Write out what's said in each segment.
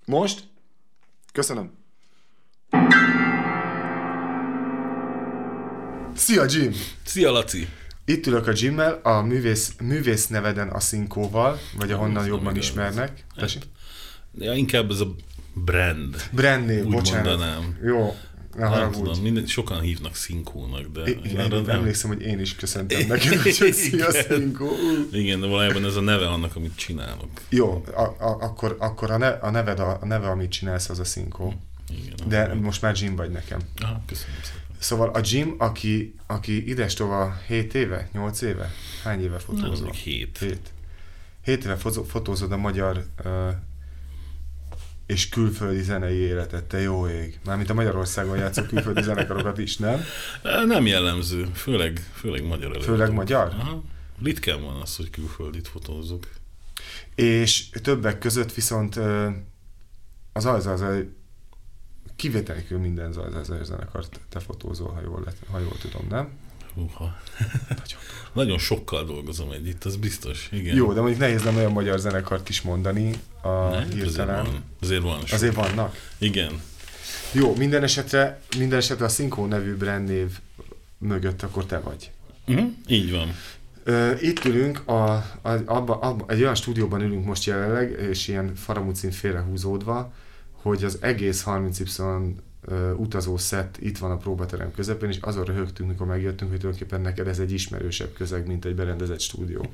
Most? Köszönöm. Szia, Jim! Szia, Laci! Itt ülök a Jimmel, a művész neveden a Szinkóval, vagy ahonnan jobban ismernek. Ja, inkább ez a brand. Brand név, bocsánat. Mondanám. Jó, ne haragudj. Sokan hívnak Szinkónak, de... Igen, emlékszem, hogy én is köszöntem neked, hogy szia, Szinkó. Igen, de valójában ez a neve annak, amit csinálok. Jó, akkor a neve, amit csinálsz, az a Szinkó. Igen, de most már Jim vagy nekem. Aha, köszönöm szépen. Szóval a Jim, aki idestova 7 éve, 8 éve? Hány éve fotózol? 7 éve fotózod a magyar és külföldi zenei életet, te jó ég. Mármint a Magyarországon játszó külföldi zenekarokat is, nem? Nem jellemző, főleg magyar előtt. Főleg magyar? Aha. Ritkán van az, hogy külföldit fotózok. És többek között viszont az Zajzaj, kivétel nélkül minden Zajzaj zenekart te fotózol, ha jól tudom, nem? Húha. Nagyon sokkal dolgozom együtt, az biztos. Igen. Jó, de mondjuk nehéz nem olyan magyar zenekart is mondani hirtelen. Azért vannak? Igen. Jó, minden esetre a Szinkó nevű brandnév mögött akkor te vagy. Így van. Itt ülünk, egy olyan stúdióban ülünk most jelenleg, és ilyen faramúcin félrehúzódva, hogy az egész 30Y utazó szett itt van a próbaterem közepén, és azon röhögtünk, mikor megjöttünk, hogy tulajdonképpen neked ez egy ismerősebb közeg, mint egy berendezett stúdió.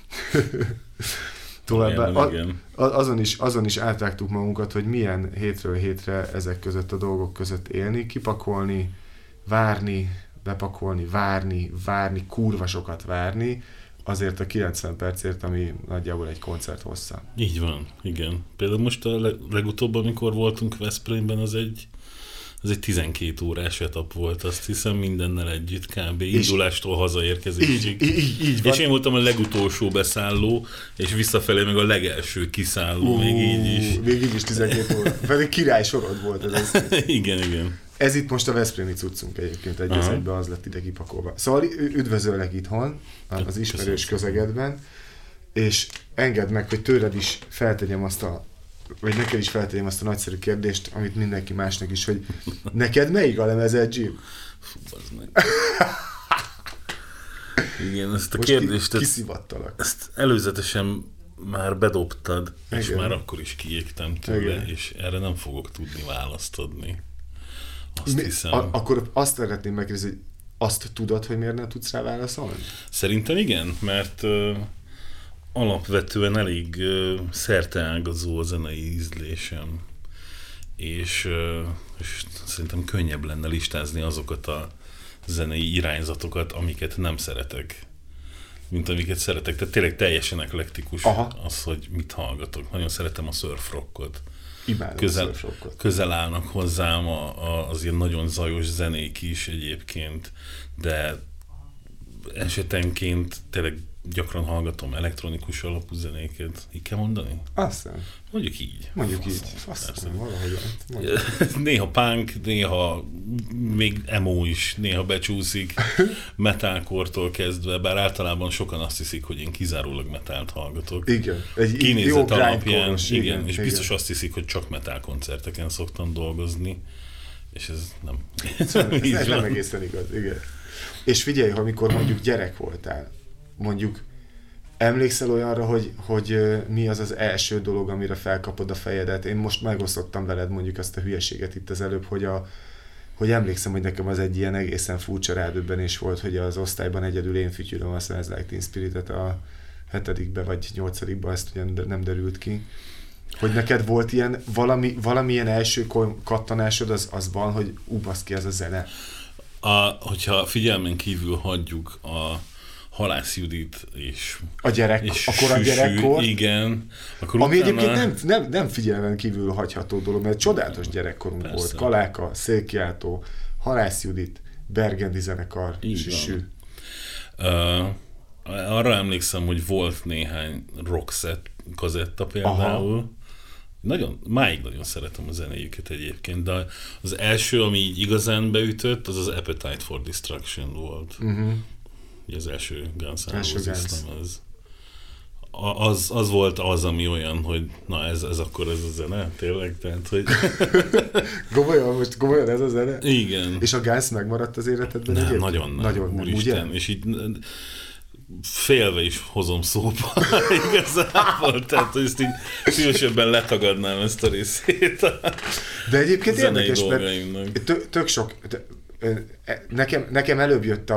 Továbbá azon is átrágtuk magunkat, hogy milyen hétről hétre ezek között a dolgok között élni, kipakolni, várni, bepakolni, várni, kurva sokat várni, azért a 90 percért, ami nagyjából egy koncert hossza. Így van, igen. Például most a legutóbb, amikor voltunk Veszprémben, az egy 12 órás etap volt, azt hiszem, mindennel együtt kb. Indulástól hazaérkezésig. Így van. És én voltam a legutolsó beszálló, és visszafelé meg a legelső kiszálló, még így is. Még így is 12 óra. Pedig király sorod volt ez. Igen. Ez itt most a veszprémi cuccunk egyébként, egy egyben az lett ide kipakolva. Szóval üdvözöllek itthon, az ismerős közegedben, és engedd meg, hogy tőled is feltegyem vagy neked is feltegyem azt a nagyszerű kérdést, amit mindenki másnak is, hogy neked melyik a lemezed, Jim? Fú, bazd meg. Igen, ezt a kérdést... Kiszivattalak. Ezt előzetesen már bedobtad, igen. És már akkor is kiégtem tőle, igen. És erre nem fogok tudni választ adni. Azt hiszem. Akkor azt szeretném megkérdezni, hogy azt tudod, hogy miért nem tudsz rá válaszolni? Szerintem igen, mert alapvetően elég szerteágazó a zenei ízlésem, és szerintem könnyebb lenne listázni azokat a zenei irányzatokat, amiket nem szeretek, mint amiket szeretek. Tehát tényleg teljesen eklektikus az, hogy mit hallgatok. Nagyon szeretem a surf rockot. Közel állnak hozzám az ilyen nagyon zajos zenék is egyébként, de esetenként tényleg gyakran hallgatom elektronikus alapú zenéket. Így kell mondani? Aztán. Mondjuk így. Néha punk, néha még emo is, néha becsúszik, metalkortól kezdve, bár általában sokan azt hiszik, hogy én kizárólag metált hallgatok. Igen. Kinézet alapján, igen, és biztos azt hiszik, hogy csak metal koncerteken szoktam dolgozni, és ez nem. Ez nem egészen igaz, igen. És figyelj, ha amikor mondjuk gyerek voltál, mondjuk emlékszel olyanra, hogy mi az első dolog, amire felkapod a fejedet? Én most megosztottam veled mondjuk azt a hülyeséget itt az előbb, hogy emlékszem, hogy nekem az egy ilyen egészen furcsa rádöbbenés volt, hogy az osztályban egyedül én fütyülöm a Smells Like Teen Spiritet a 7. vagy 8. ezt ugye nem derült ki. Hogy neked volt ilyen valamilyen első kattanásod, az van, hogy baszki, ez a zene. Hogyha figyelmen kívül hagyjuk a Halász Judit és a gyerekkor. Igen. Akkor ami egyébként nem figyelmen kívül hagyható dolog, mert csodálatos gyerekkorunk persze. Volt. Kaláka, Székkiáltó, Halász Judit, Bergendi zenekar, Süsű. Arra emlékszem, hogy volt néhány rockset kazetta például. Máig nagyon szeretem a zenéjüket egyébként, de az első, ami így igazán beütött, az Appetite for Destruction volt. Ugye az első Guns N' Roses lemez. az volt az, ami olyan, hogy na ez akkor ez a zene, tényleg, tehát, hogy... Komolyan ez a zene? Igen. És a Guns megmaradt az életedben? Nem, nagyon nem, úristen, és így félve is hozom szóba igazából, tehát hogy ezt így szívesebben letagadnám ezt a részét a de egyébként zenei érdekes, dolgainknak. Tök sok, nekem előbb jött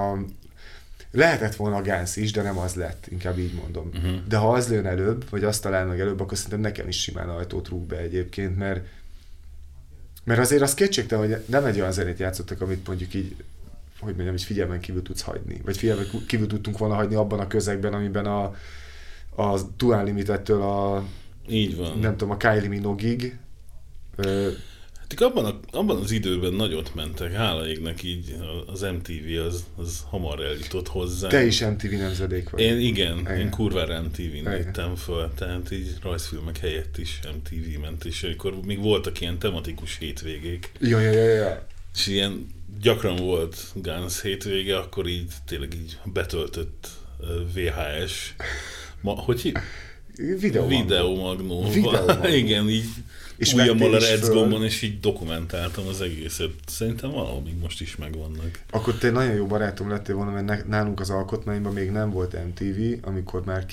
lehetett volna a Guns is, de nem az lett, inkább így mondom. De ha az lőn előbb, vagy azt talál meg előbb, akkor szerintem nekem is simán ajtót rúg be egyébként, mert azért az kétségtelen, hogy nem egy olyan zenét játszottak, amit mondjuk így, hogy mondjam, hogy figyelmen kívül tudsz hagyni. Vagy figyelmen kívül tudtunk volna hagyni abban a közegben, amiben a Too Unlimited-től így van. Nem tudom, a Kylie Minogue-ig. Hát abban az időben nagyot mentek, hála égnek így az MTV az hamar eljutott hozzá. Te is MTV nemzedék vagy. Én kurvára MTV-n nőttem föl, tehát így rajzfilmek helyett is MTV ment, és akkor még voltak ilyen tematikus hétvégék. Ja. És ilyen gyakran volt Guns hétvége, akkor így tényleg így betöltött VHS, hogy hív? Videomagnó. Igen, így és ujjammal a recgombon, és így dokumentáltam az egészet. Szerintem valahol még most is megvannak. Akkor te nagyon jó barátom lettél volna, mert nálunk az alkotmányban még nem volt MTV, amikor már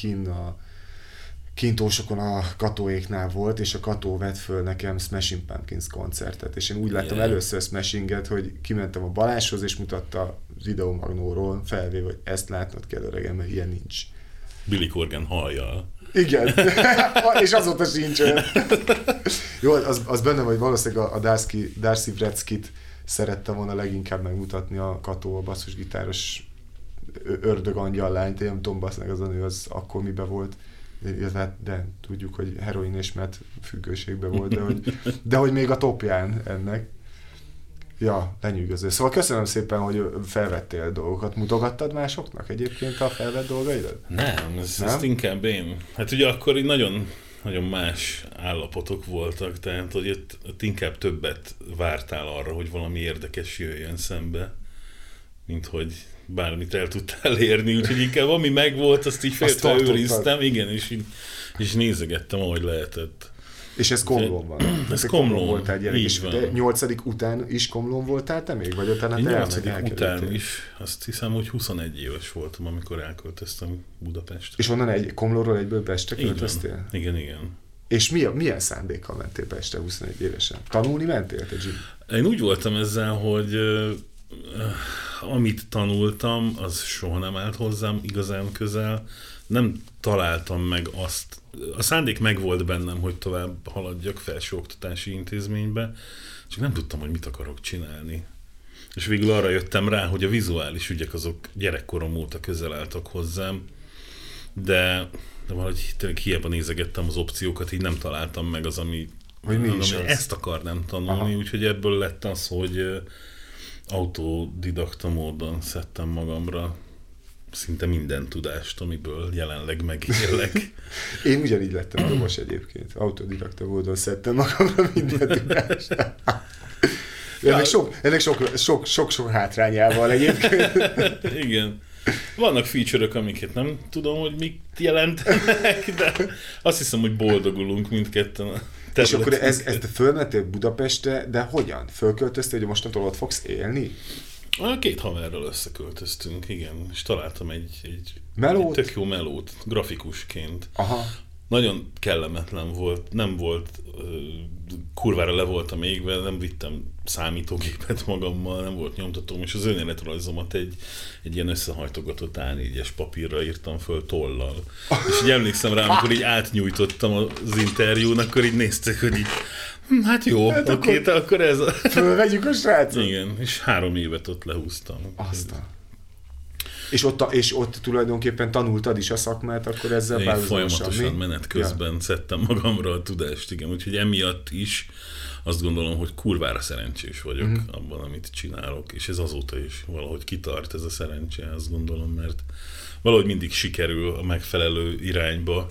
kintósokon a Katóéknál volt, és a Kató vett föl nekem Smashing Pumpkins koncertet, és én úgy láttam először Smashinget, hogy kimentem a Balázshoz, és mutatta az Videomagnóról felvéve, hogy ezt látnod kell, öregem, mert ilyen nincs. Billy Corgan hajjal. Igen, és azóta sincs olyan. Jó, az benne, hogy valószínűleg a Darcy Wretzkit szerette volna leginkább megmutatni a Kató, a basszusgitáros ördögangyal lányt, én nem tudom, bassznak az a nő, az akkor miben volt. De tudjuk, hogy heroin és met függőségben volt, de hogy még a topján ennek. Ja, lenyűgöző. Szóval köszönöm szépen, hogy felvettél dolgokat. Mutogattad másoknak egyébként a felvett dolgaidat? Nem, ezt inkább én. Hát ugye akkor így nagyon, nagyon más állapotok voltak, tehát hogy ott inkább többet vártál arra, hogy valami érdekes jöjjön szembe, mint hogy bármit el tudtál érni, úgyhogy inkább ami megvolt, azt így féltre őriztem, igen, és nézegettem, ahogy lehetett. És ez Komlón van. Ez Komlón voltál gyerek, és de 8. után is Komlón voltál te még? Vagy utána én 8. után is, azt hiszem, hogy 21 éves voltam, amikor elköltöztem Budapestre. És onnan Komlónról egyből Pestre költöztél? Igen. És milyen szándékkal mentél Pestre 21 évesen? Tanulni mentél te, Jim? Én úgy voltam ezzel, hogy amit tanultam, az soha nem állt hozzám igazán közel. Nem találtam meg azt. A szándék megvolt bennem, hogy tovább haladjak felsőoktatási intézménybe, csak nem tudtam, hogy mit akarok csinálni. És végül arra jöttem rá, hogy a vizuális ügyek azok gyerekkorom óta közel álltak hozzám, de valahogy tényleg hiába nézegettem az opciókat, így nem találtam meg az, ami ezt akarnám tanulni, úgyhogy ebből lett az, hogy autodidakta módon szedtem magamra szinte minden tudást, amiből jelenleg megélek. Én ugyanígy lettem dobos egyébként. Autodidakta módon szedtem magamra minden tudást. Ennek sok hátrányával egyébként. Igen. Vannak feature-ök, amiket nem tudom, hogy mit jelentenek, de azt hiszem, hogy boldogulunk mindketten. És akkor ezt fölmentél Budapestre, de hogyan? Fölköltöztél, hogy mostantól ott fogsz élni? 2 haverral összeköltöztünk, igen, és találtam egy tök jó melót, grafikusként. Aha. Nagyon kellemetlen volt, nem volt, kurvára le voltam égve, nem vittem számítógépet magammal, nem volt nyomtatóm, és az önéletrajzomat egy ilyen összehajtogatott A4-es papírra írtam föl tollal. És így emlékszem rá, amikor így átnyújtottam az interjún, akkor így néztek, hogy így, hát jó, hát akkor ez a... Fölvegyük a srácot. Igen, és 3 évet ott lehúztam. Aztán. És ott tulajdonképpen tanultad is a szakmát, akkor ezzel párhuzamosan. Én folyamatosan menet közben szedtem magamra a tudást, igen. Úgyhogy emiatt is azt gondolom, hogy kurvára szerencsés vagyok abban, amit csinálok, és ez azóta is valahogy kitart ez a szerencse, azt gondolom, mert valahogy mindig sikerül a megfelelő irányba,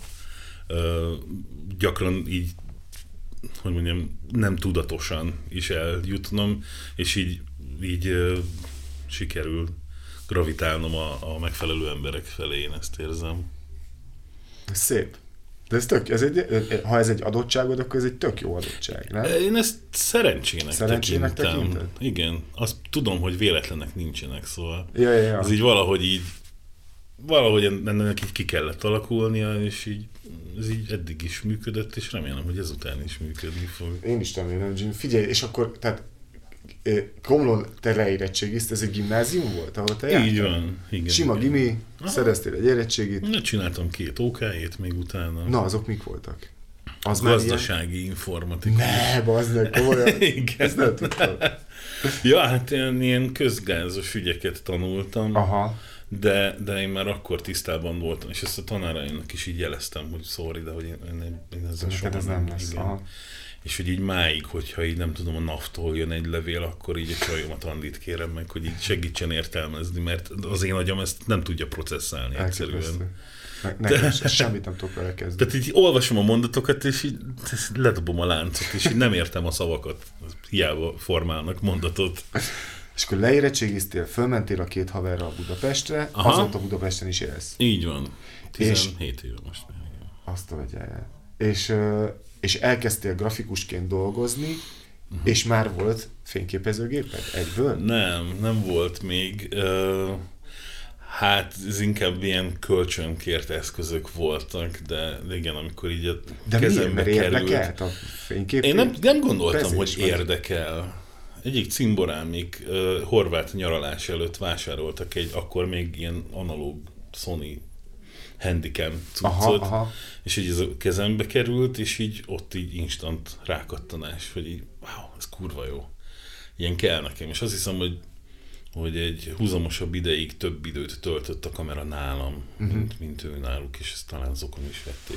gyakran így, hogy mondjam, nem tudatosan is eljutnom, és így sikerül gravitálnom a megfelelő emberek felé, én ezt érzem. Szép. De ha ez egy adottságod, akkor ez egy tök jó adottság, nem? Én ezt szerencsének tekintem. Igen, azt tudom, hogy véletlenek nincsenek, szóval Ja. ez így valahogy ennek így ki kellett alakulnia, és így ez így eddig is működött, és remélem, hogy ezután is működni fog. Én is remélem, Jim. Figyelj, és akkor, tehát Komlón te leérettségizted, ez egy gimnázium volt, ahol te jártál? Így van, igen. Sima igen. gimi, szereztél egy érettségit. Csináltam 2 OK-ét még utána. Na, azok mik voltak? Az gazdasági informatika. Ne, bazd meg, komolyan. Igen. Ezt nem tudtam. Ja, hát ilyen közgázos ügyeket tanultam. Aha. De én már akkor tisztában voltam, és ezt a tanáraimnak is így jeleztem, hogy sorry, de hogy én ezzel soha ez nem lesz. Aha. És hogy így máig, hogyha így nem tudom, a NAV-tól jön egy levél, akkor így a csajomat Andit kérem meg, hogy így segítsen értelmezni, mert az én agyam ezt nem tudja processzálni egyszerűen. Nekem semmit nem tudok vele kezdeni. Tehát így olvasom a mondatokat, és így ledobom a láncot, és így nem értem a szavakat. Hiába formálnak mondatot. És akkor leérettségiztél, fölmentél a 2 haverral Budapestre, azóta Budapesten is élsz. Így van. 17 éve most már. Azt a vegyel. És elkezdtél grafikusként dolgozni, és már volt fényképezőgéped egyből? Nem volt még. Hát ez inkább ilyen kölcsönkért eszközök voltak, de igen, amikor így a kezembe került. Mert érdekelt a fénykép? Én nem gondoltam, hogy érdekel. Egyik cimborámik horvát nyaralás előtt vásároltak egy akkor még ilyen analóg Sony Handycam cuccot, és így ez a kezembe került, és így ott így instant rákattanás, hogy így, wow, ez kurva jó. Ilyen kell nekem, és azt hiszem, hogy egy húzamosabb ideig több időt töltött a kamera nálam, mint ő náluk, és ezt talán azokon is vették.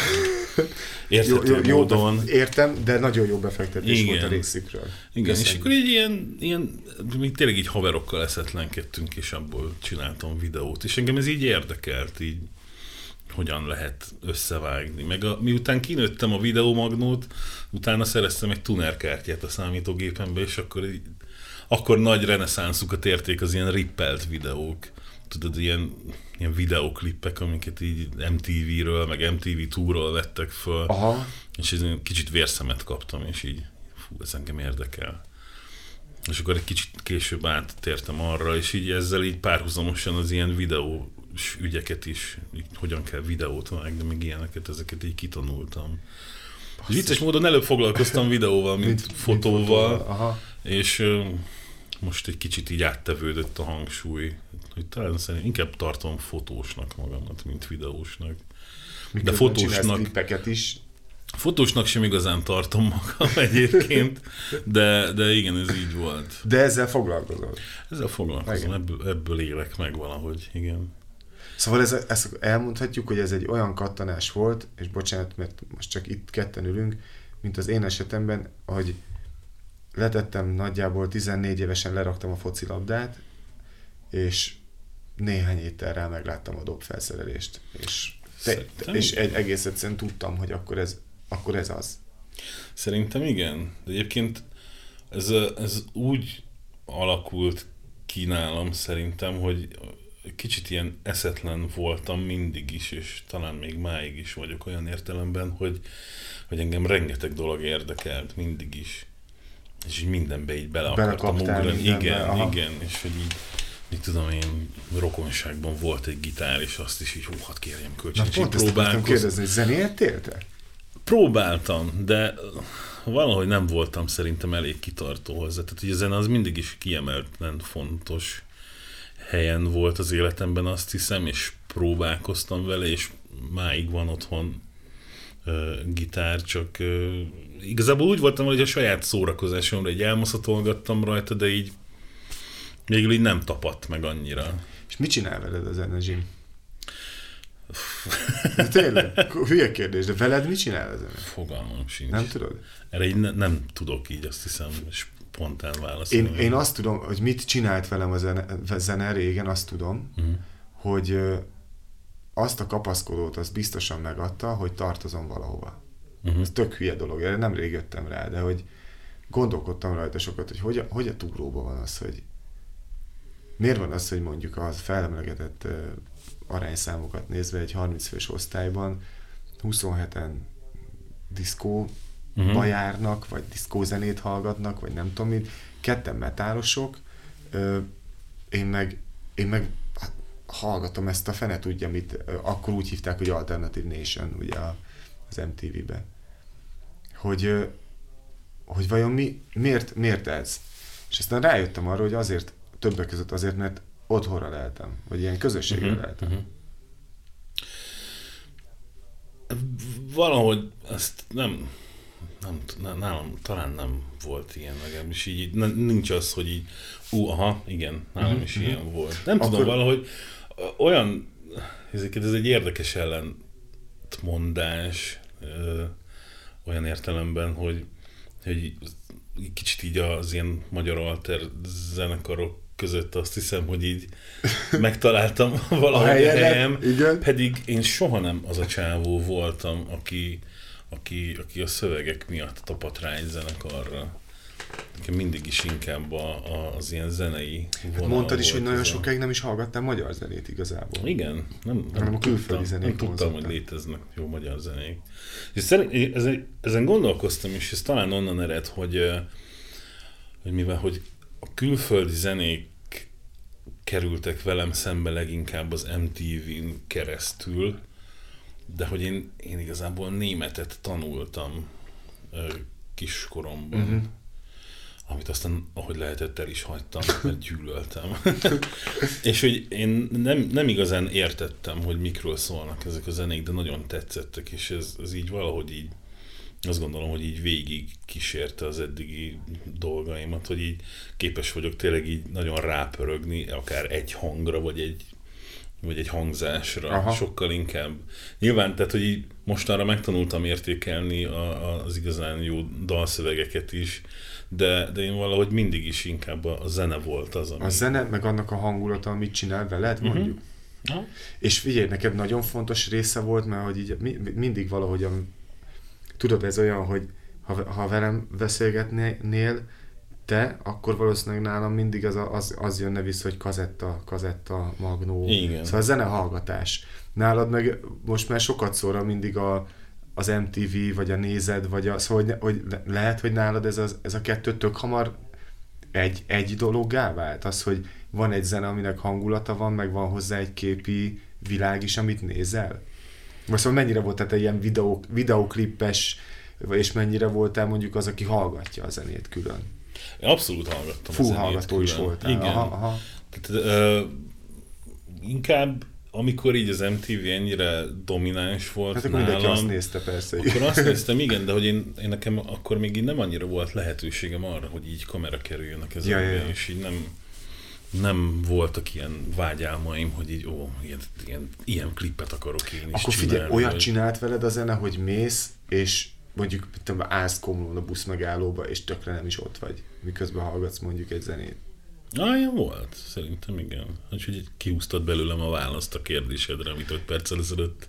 Érthető módon. Értem, de nagyon jó befektetés volt a részükről. Igen, és akkor így ilyen tényleg így haverokkal eszetlenkedtünk, és abból csináltam videót, és engem ez így érdekelt, így hogyan lehet összevágni. Meg miután kinőttem a videómagnót, utána szereztem egy tunerkártyát a számítógépembe, és akkor nagy reneszánszukat érték az ilyen rippelt videók. Tudod, ilyen videóklippek, amiket így MTV-ről, meg MTV2-ról vettek föl. Aha. És egy kicsit vérszemet kaptam, és így, ez engem érdekel. És akkor egy kicsit később áttértem arra, és így ezzel így párhuzamosan az ilyen videós ügyeket is, így hogyan kell videót vágni, meg ilyeneket, ezeket így kitanultam. Vicces módon előbb foglalkoztam videóval, mint fotóval. Aha. És most egy kicsit így áttevődött a hangsúly, hogy talán szerintem inkább tartom fotósnak magamat, mint videósnak. De fotósnak klippeket is. Fotósnak sem igazán tartom magam egyébként, de igen, ez így volt. De ezzel foglalkozol? Ezzel foglalkozom, ebből élek meg valahogy, igen. Szóval ezt elmondhatjuk, hogy ez egy olyan kattanás volt, és bocsánat, mert most csak itt ketten ülünk, mint az én esetemben, hogy letettem nagyjából 14 évesen, leraktam a focilabdát, és néhány héttel rá megláttam a dobfelszerelést. És egész egyszerűen tudtam, hogy akkor ez az. Szerintem igen. De egyébként ez úgy alakult ki nálam szerintem, hogy kicsit ilyen eszetlen voltam mindig is, és talán még máig is vagyok olyan értelemben, hogy engem rengeteg dolog érdekelt mindig is. És így mindenbe így bele akartam ugrani. Igen, és hogy így, mit tudom én, rokonságban volt egy gitár, és azt is így, hát kérjem kölcsön, és így próbálkoztam. Kérdezni, hogy zenéltél te? Próbáltam, de valahogy nem voltam szerintem elég kitartó hozzá. Tehát, hogy a zene az mindig is kiemelten fontos helyen volt az életemben, azt hiszem, és próbálkoztam vele, és máig van otthon gitár, csak igazából úgy voltam, hogy a saját szórakozásomra így elmoszatolgattam rajta, de így végül így nem tapadt meg annyira. És mit csinál veled a zene, Jim? De tényleg, hülye kérdés, de veled mit csinál a zene? Fogalmam sincs. Nem tudod? Erre így nem tudok így, azt hiszem, spontán válaszolni. Én azt tudom, hogy mit csinált velem a zene régen, azt tudom, hogy azt a kapaszkodót azt biztosan megadta, hogy tartozom valahova. Ez tök hülye dolog, erre nemrég jöttem rá, de hogy gondolkodtam rajta sokat, hogy a túróban van az, hogy miért van az, hogy mondjuk az felemlegetett arányszámokat nézve egy 30 fős osztályban 27-en diszkóba járnak, vagy diszkózenét hallgatnak, vagy nem tudom mit, 2 metálosok, én meg hát, hallgatom ezt a fene tudja, amit akkor úgy hívták, hogy Alternative Nation, ugye az MTV-be. Hogy vajon miért ez? És aztán rájöttem arra, hogy azért, többek között azért, mert otthonra leltem, vagy ilyen közösségre leltem. Valahogy ezt nálam talán nem volt ilyen, legalábbis így nincs az, hogy így igen, nálam is ilyen volt. Nem tudom, valahogy olyan, ez egy érdekes ellentmondás, olyan értelemben, hogy kicsit így az ilyen magyar alter zenekarok között azt hiszem, hogy így megtaláltam valahogy a helyem, pedig én soha nem az a csávó voltam, aki a szövegek miatt tapadt rá egy zenekarra. Nekem mindig is inkább az ilyen zenei vonal. Mondtad is, hogy nagyon sokáig nem is hallgattál magyar zenét igazából. Igen, nem a külföldi zenét. Nem tudtam, hogy léteznek jó magyar zenék. És ezen gondolkoztam is, ez talán onnan ered, hogy mivel hogy a külföldi zenék kerültek velem szembe leginkább az MTV-n keresztül, de hogy én igazából németet tanultam kiskoromban, amit aztán, ahogy lehetett, el is hagytam, mert gyűlöltem. És hogy én nem igazán értettem, hogy mikről szólnak ezek a zenék, de nagyon tetszettek, és ez így valahogy így, azt gondolom, hogy így végig kísérte az eddigi dolgaimat, hogy így képes vagyok tényleg így nagyon rápörögni, akár egy hangra, vagy egy hangzásra, sokkal inkább. Nyilván, tehát, hogy így mostanra megtanultam értékelni az igazán jó dalszövegeket is, de én valahogy mindig is inkább a zene volt az, ami... A zene, meg annak a hangulata, amit csinál veled, mondjuk. És figyelj, neked nagyon fontos része volt, mert hogy így mindig valahogyan, tudod, ez olyan, hogy ha velem beszélgetnél te, akkor valószínűleg nálam mindig az jönne vissza, hogy kazetta, magnó. Igen. Szóval a zenehallgatás. Nálad meg most már sokat szóra mindig az MTV, vagy a Nézed, vagy szóval, hogy lehet, hogy nálad ez a kettő tök hamar egy dologgá vált? Az, hogy van egy zene, aminek hangulata van, meg van hozzá egy képi világ is, amit nézel? Vagy szóval mennyire voltál te ilyen videóklippes, és mennyire voltál mondjuk az, aki hallgatja a zenét külön? Én abszolút hallgattam a zenét hallgató külön. Is voltál. Igen. Aha. Tehát, inkább amikor így az MTV ennyire domináns volt hát akkor nálam, mindenki azt nézte persze. Akkor azt néztem, igen, de hogy én nekem akkor még így nem annyira volt lehetőségem arra, hogy így kamera kerüljön a kezembe, és így nem voltak ilyen vágyálmaim, hogy így ilyen klippet akarok én is akkor csinálni. Figyelj, olyat csinált veled a zene, hogy mész, és mondjuk állsz Komlón a buszmegállóba, és tökre nem is ott vagy, miközben hallgatsz mondjuk egy zenét. Ilyen volt, szerintem igen. Úgyhogy kihúztad belőlem a választ a kérdésedre, amit 5 perccel ezelőtt.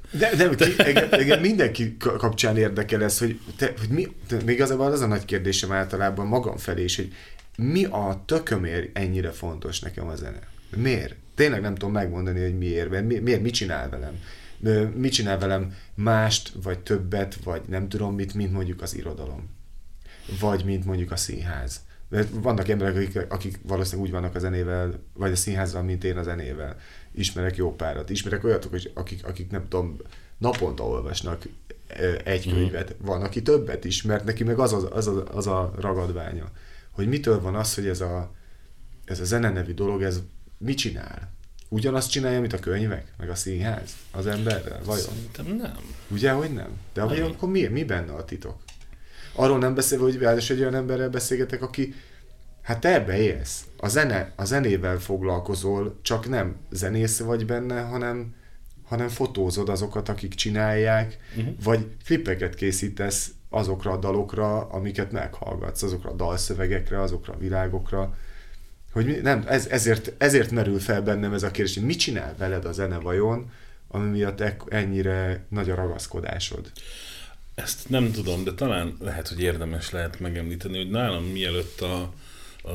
De mindenki kapcsán érdekel ez, hogy mi, még igazából az a nagy kérdésem általában magam felé is, hogy mi a tökömért ennyire fontos nekem a zene? Miért? Tényleg nem tudom megmondani, hogy miért, mit csinál velem? Mit csinál velem mást, vagy többet, vagy nem tudom mit, mint mondjuk az irodalom. Vagy mint mondjuk a színház. Mert vannak emberek, akik valószínűleg úgy vannak a zenével, vagy a színházzal, mint én a zenével. Ismerek jó párat. Ismerek olyatok, akik nem tudom, naponta olvasnak egy könyvet. Van, aki többet is, mert neki meg az a ragadványa. Hogy mitől van az, hogy ez a zene nevű dolog, ez mit csinál? Ugyanazt csinálja, mint a könyvek, meg a színház az emberrel? Vajon? Szerintem nem. Ugye, hogy nem? De vajon akkor mi benne a titok? Arról nem beszélve, hogy ráadásul egy olyan emberrel beszélgetek, aki, hát te ebbe élsz. A zenével foglalkozol, csak nem zenész vagy benne, hanem fotózod azokat, akik csinálják, vagy klippeket készítesz azokra a dalokra, amiket meghallgatsz, azokra a dalszövegekre, azokra a világokra. Hogy nem, ezért merül fel bennem ez a kérdés, hogy mit csinál veled a zene vajon, ami miatt ennyire nagy a ragaszkodásod? Ezt nem tudom, de talán lehet, hogy érdemes lehet megemlíteni, hogy nálam mielőtt a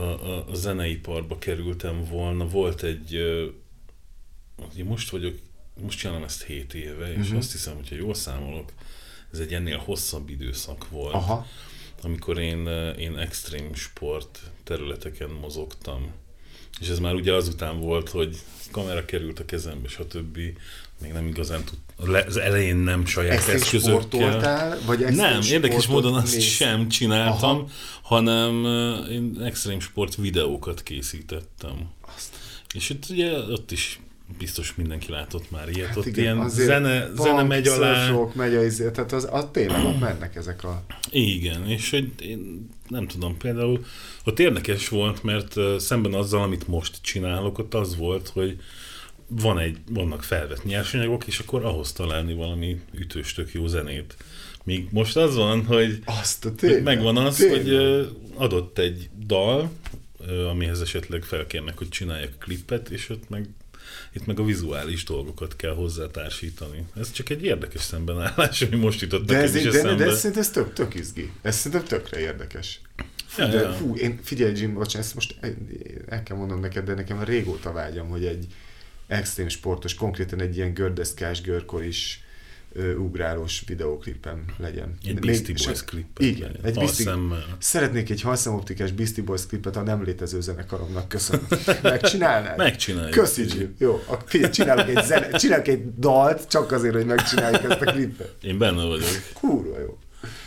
zeneiparba kerültem volna, volt egy, most vagyok most csinálom ezt 7 éve, és azt hiszem, hogyha jól számolok, ez egy ennél hosszabb időszak volt, amikor én extrém sport területeken mozogtam. És ez már ugye azután volt, hogy kamera került a kezembe, stb. Még nem igazán az elején nem saját eszközökkel. Nem, érdekes módon azt sem csináltam, hanem én extrém sport videókat készítettem. És itt ugye ott is biztos mindenki látott már ilyet, ott igen, ilyen zene megy alá. Megy tehát az tényleg ott mennek ezek a... Igen, és én nem tudom, például ott érdekes volt, mert szemben azzal, amit most csinálok, ott az volt, hogy vannak felvett nyersanyagok, és akkor ahhoz találni valami ütős, tök jó zenét. Míg most az van, hogy megvan az, hogy adott egy dal, amihez esetleg felkérnek, hogy csináljak klippet, és ott itt meg a vizuális dolgokat kell hozzátársítani. Ez csak egy érdekes szembenállás, ami most jutott nekem is eszembe. De szerintem ez tök izgi. Ez szerintem tökre érdekes. Figyelj Jim, bocsánat, ezt most el kell mondanom neked, de nekem régóta vágyam, hogy egy extrém sportos, konkrétan egy ilyen gördeszkás, görkoris, ugrálós videóklipem legyen. Egy Beastie Boys klippet. Igen. Szeretnék egy halszemoptikás Beastie Boys klippet a nem létező zenekaromnak. Köszönöm. Megcsinálnád? Megcsináljuk. Köszi, Jim. Jó, csinálok egy dalt, csak azért, hogy megcsináljuk ezt a klippet. Én benne vagyok. Kurva jó.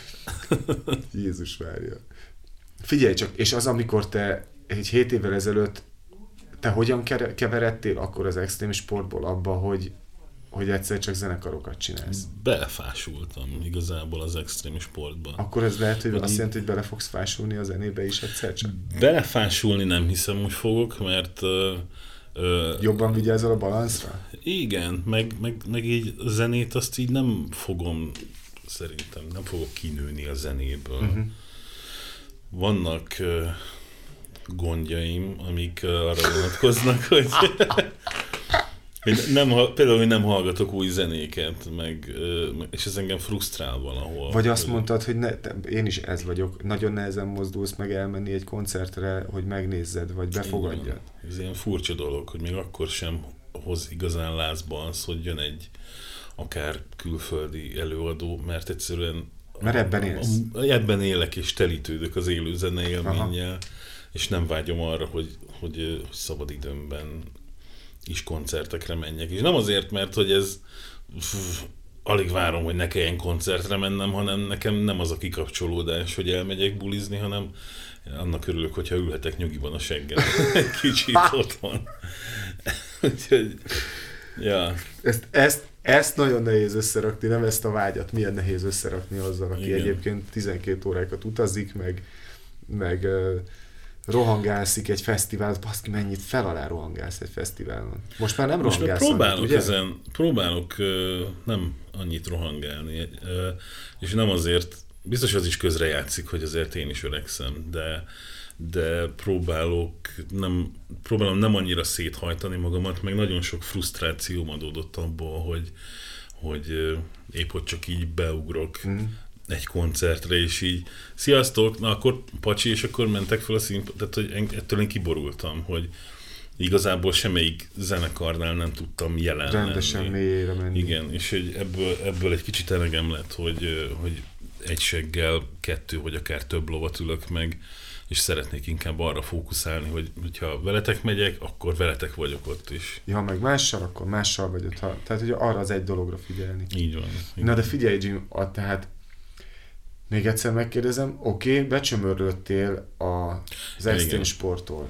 Jézus várja. Figyelj csak, és az, amikor te egy 7 évvel ezelőtt te hogyan keveredtél akkor az extrém sportból abba, hogy egyszer csak zenekarokat csinálsz? Belefásultam igazából az extrém sportban. Akkor ez lehet, hogy azt jelenti, hogy bele fogsz fásulni a zenébe is egyszer csak? Belefásulni nem hiszem, hogy fogok, mert... jobban vigyázol a balanszra? Igen, meg így a zenét azt így nem fogom, szerintem nem fogok kinőni a zenéből. Vannak gondjaim, amik arra vonatkoznak, hogy például, hogy nem hallgatok új zenéket, és ez engem frusztrál valahol. Vagy azt mondtad, hogy én is ez vagyok, nagyon nehezen mozdulsz meg elmenni egy koncertre, hogy megnézzed, vagy befogadjad. Ez ilyen furcsa dolog, hogy még akkor sem hoz igazán lázba az, hogy jön egy akár külföldi előadó, mert egyszerűen ebben élsz. Ebben élek, és telítődök az élő zene élménnyel, és nem vágyom arra, hogy szabad időmben is koncertekre menjek. És nem azért, mert hogy ez alig várom, hogy ne kelljen koncertre mennem, hanem nekem nem az a kikapcsolódás, hogy elmegyek bulizni, hanem annak örülök, hogyha ülhetek nyugiban a seggel. Egy kicsit otthon. Úgyhogy, ja. Ezt nagyon nehéz összerakni, nem ezt a vágyat, milyen nehéz összerakni azzal, aki igen. Egyébként 12 órákat utazik, meg rohangálszik egy fesztiválon, baszki, mennyit fel alá rohangálsz egy fesztiválon. Most már nem rohangálsz. Próbálok nem annyit rohangálni, és nem azért, biztos az is közrejátszik, hogy azért én is öregszem, de próbálom nem annyira széthajtani magamat, meg nagyon sok frusztrációm adódott abból, hogy épp hogy csak így beugrok egy koncertre, és így sziasztok, na akkor pacsi, és akkor mentek fel a színpadra, tehát hogy ettől én kiborultam, hogy igazából semmelyik zenekarnál nem tudtam jelen rendesen mélyére menni. Igen, és hogy ebből egy kicsit elegem lett, hogy egy seggel 2 vagy akár több lovat ülök meg, és szeretnék inkább arra fókuszálni, hogy ha veletek megyek, akkor veletek vagyok ott is. Ja, meg mással, akkor mással vagy ott. Tehát, hogy arra az egy dologra figyelni. Így van. Na, de figyelj, Jim, tehát még egyszer megkérdezem, oké, becsömörlődtél az extrém sporttól.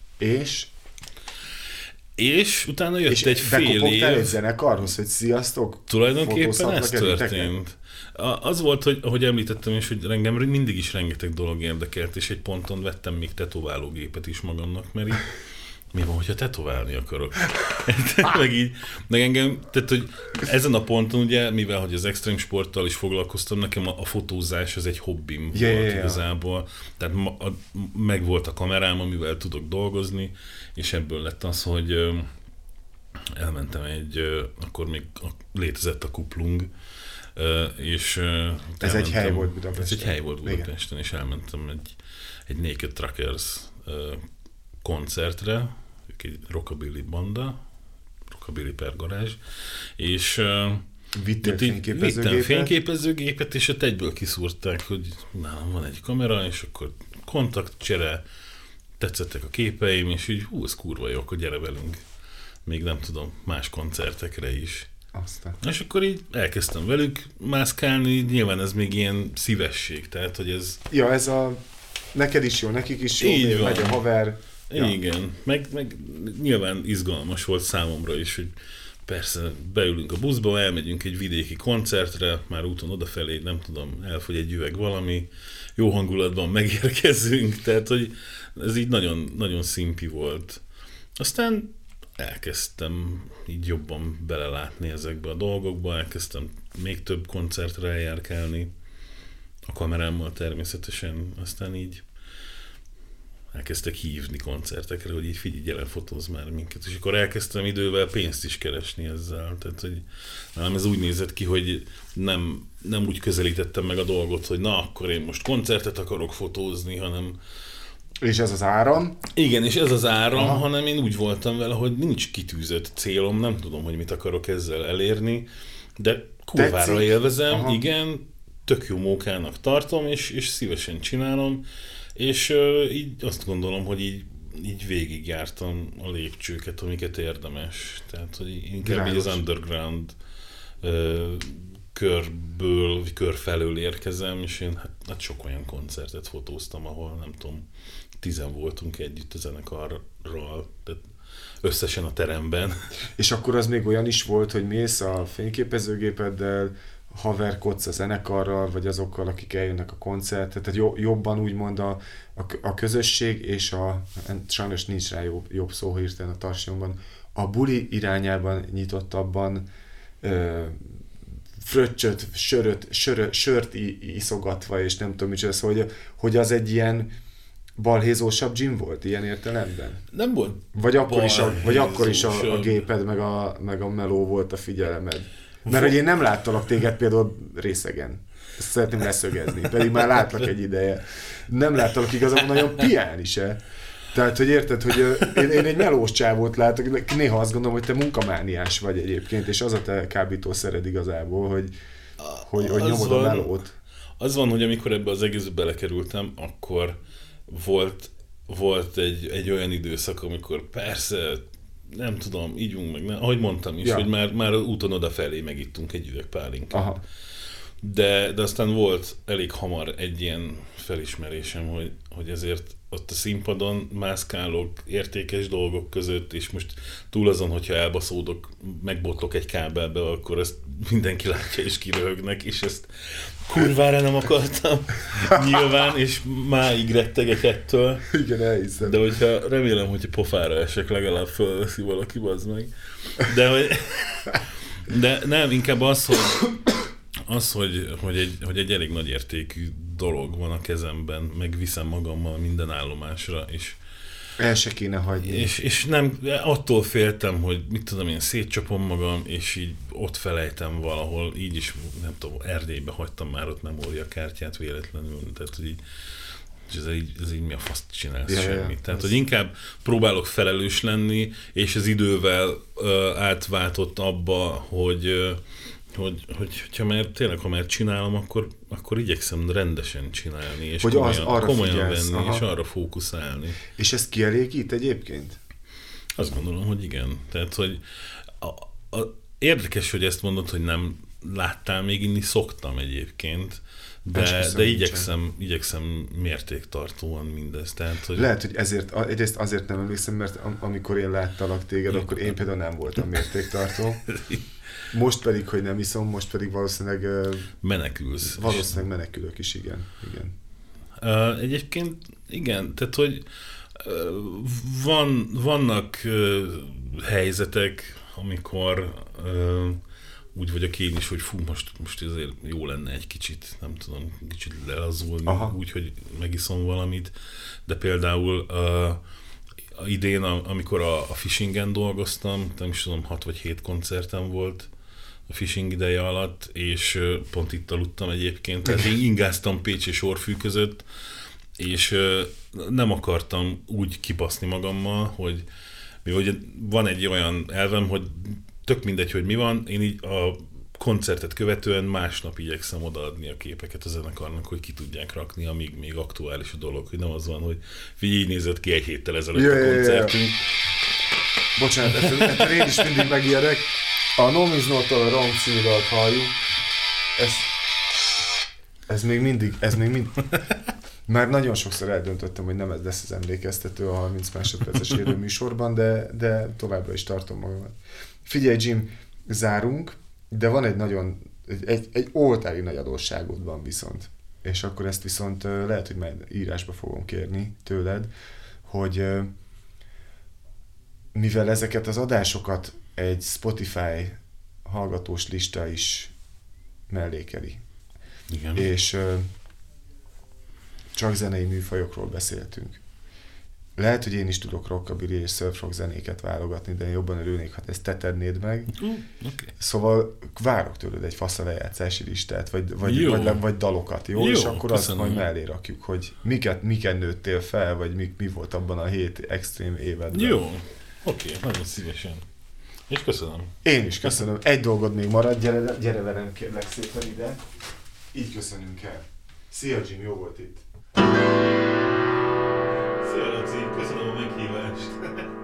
És utána jött egy fél év. Bekopogtál egy zenekarhoz, hogy sziasztok? Tulajdonképpen ez történt. Az volt, hogy ahogy említettem is, hogy engem mindig is rengeteg dolog érdekelt, és egy ponton vettem még tetoválógépet is magamnak, mert így mi van, hogyha tetoválni akarok? meg engem, tehát, hogy ezen a ponton ugye, mivel hogy az extrém sporttal is foglalkoztam, nekem a fotózás az egy hobbim volt igazából. Tehát meg volt a kamerám, amivel tudok dolgozni, és ebből lett az, hogy elmentem akkor még létezett a Kuplung, és ez egy hely volt Budapesten. Ez egy hely volt Budapesten, és elmentem egy Naked Truckers koncertre, ők egy rockabilly banda, a Billy Per garázs, és vittem fényképezőgépet, és ott egyből kiszúrták, hogy nálam van egy kamera, és akkor kontaktcsere, tetszettek a képeim, és így ez kurva jó, akkor gyere velünk. Még nem tudom, más koncertekre is. Aztán. És akkor így elkezdtem velük mászkálni, nyilván ez még ilyen szívesség, tehát hogy ez... Ja, ez neked is jó, nekik is jó, megy a haver. Ja. Igen, meg nyilván izgalmas volt számomra is, hogy persze beülünk a buszba, elmegyünk egy vidéki koncertre, már úton odafelé, nem tudom, elfogy egy üveg valami, jó hangulatban megérkezünk, tehát hogy ez így nagyon, nagyon szimpi volt. Aztán elkezdtem így jobban belelátni ezekbe a dolgokba, elkezdtem még több koncertre eljárkálni, a kamerámmal természetesen, aztán így elkezdtek hívni koncertekre, hogy így figyelj, gyere, fotózz már minket. És akkor elkezdtem idővel pénzt is keresni ezzel. Tehát, hogy nálam ez úgy nézett ki, hogy nem úgy közelítettem meg a dolgot, hogy na, akkor én most koncertet akarok fotózni, hanem... És ez az áram? Igen, és ez az áram, hanem én úgy voltam vele, hogy nincs kitűzött célom, nem tudom, hogy mit akarok ezzel elérni, de kurvára élvezem, igen, tök jó mókának tartom, és szívesen csinálom, és így azt gondolom, hogy így végigjártam a lépcsőket, amiket érdemes. Tehát, hogy inkább így az underground kör felől érkezem, és én hát sok olyan koncertet fotóztam, ahol nem tudom, 10 voltunk együtt a zenekarral, tehát összesen a teremben. És akkor az még olyan is volt, hogy mész a fényképezőgépeddel, haverkodsz a zenekarral, vagy azokkal, akik eljönnek a koncertre, tehát jobban úgymond a közösség, és sajnos nincs rá jobb szó hirtelen a Tarsinyonban, a buli irányában nyitottabban fröccsöt, sört iszogatva, és nem tudom micsoda, szóval, hogy az egy ilyen balhézósabb gym volt ilyen értelemben? Nem volt. Vagy akkor is a géped, meg a meló volt a figyelemed? Mert hogy én nem láttalak téged például részegen. Ezt szeretném leszögezni, pedig már látlak egy ideje. Nem láttalak igazából nagyon piálni se. Tehát, hogy érted, hogy én egy melós csávót látok, néha azt gondolom, hogy te munkamániás vagy egyébként, és az a te kábítószered igazából, hogy nyomod a melót. Az van, hogy amikor ebbe az egészbe belekerültem, akkor volt egy olyan időszak, amikor persze, nem tudom, ígyunk meg, ahogy mondtam is, hogy már úton odafelé megittunk egy üveg pálinkát. De aztán volt elég hamar egy ilyen felismerésem, hogy ezért ott a színpadon mászkálok értékes dolgok között, és most túl azon, hogyha elbaszódok, megbotlok egy kábelbe, akkor ezt mindenki látja és kiröhögnek, és ezt kurvára nem akartam nyilván, és máig rettegek ettől. Igen, elhiszem. De hogyha remélem, hogy pofára esek, legalább fölveszi valaki, bazd meg. De nem, inkább hogy egy elég nagy értékű dolog van a kezemben, meg viszem magammal minden állomásra, és el se kéne hagyni. És nem, attól féltem, hogy mit tudom én, szétcsapom magam, és így ott felejtem valahol, így is, nem tudom, Erdélybe hagytam már ott memóriakártyát véletlenül, tehát hogy így, és ez így mi a faszt csinálsz semmit. Tehát, hogy inkább próbálok felelős lenni, és az idővel átváltott abba, hogyha már tényleg, ha már csinálom, akkor igyekszem rendesen csinálni, és hogy komolyan venni, és arra fókuszálni. És ez kielégít egyébként? Azt gondolom, hogy igen. Tehát, hogy érdekes, hogy ezt mondod, hogy nem láttál még inni, szoktam egyébként, de igyekszem mértéktartóan mindezt. Tehát, hogy... Lehet, hogy egyrészt azért nem emlékszem, mert amikor én láttalak téged, akkor én például nem voltam mértéktartó. Most pedig, hogy nem iszom, most pedig valószínűleg... Menekülsz. Valószínűleg menekülök is, igen. Egyébként igen, tehát hogy vannak helyzetek, amikor úgy vagyok én is, hogy most azért jó lenne egy kicsit, nem tudom, kicsit lelazulni, úgy, hogy megiszom valamit, de például idén, amikor a Fishingen dolgoztam, nem is tudom, 6 vagy 7 koncertem volt a Fishing ideje alatt, és pont itt aludtam egyébként, tehát én ingáztam Pécs és Orfű között, és nem akartam úgy kibaszni magammal, hogy hogy van egy olyan elvem, hogy tök mindegy, hogy mi van, én így a koncertet követően másnap igyekszem odaadni a képeket a zenekarnak, hogy ki tudják rakni, amíg még aktuális a dolog, hogy nem az van, hogy figyelj, így nézett ki egy héttel ezelőtt a koncertünk. Bocsánat, ettől én is mindig megijedek. A No Means No-tól a Wrong címdalt halljuk. Ez még mindig. Már nagyon sokszor eldöntöttem, hogy nem ez lesz az emlékeztető a 30 másodperces élő műsorban, de továbbra is tartom magamat. Figyelj, Jim, zárunk, de van egy nagyon, egy oltári nagy adósságod van viszont. És akkor ezt viszont lehet, hogy majd írásba fogom kérni tőled, hogy mivel ezeket az adásokat egy Spotify hallgatós lista is mellékeli. Igen. És csak zenei műfajokról beszéltünk. Lehet, hogy én is tudok rockabilly és surf rock zenéket válogatni, de jobban örülnék, ha ezt te tennéd meg. Okay. Szóval várok tőled egy fasz a lejátszási listát, vagy dalokat, jó? És akkor azt majd mellé rakjuk, hogy miken nőttél fel, vagy mi volt abban a 7 extrém évedben. Jó, oké, nagyon szívesen. És köszönöm. Én is köszönöm. Egy dolgod még marad, gyere velem kérlek szépen ide. Így köszönünk el. Szia Jim, jó volt itt. Szia Laci, köszönöm a meghívást.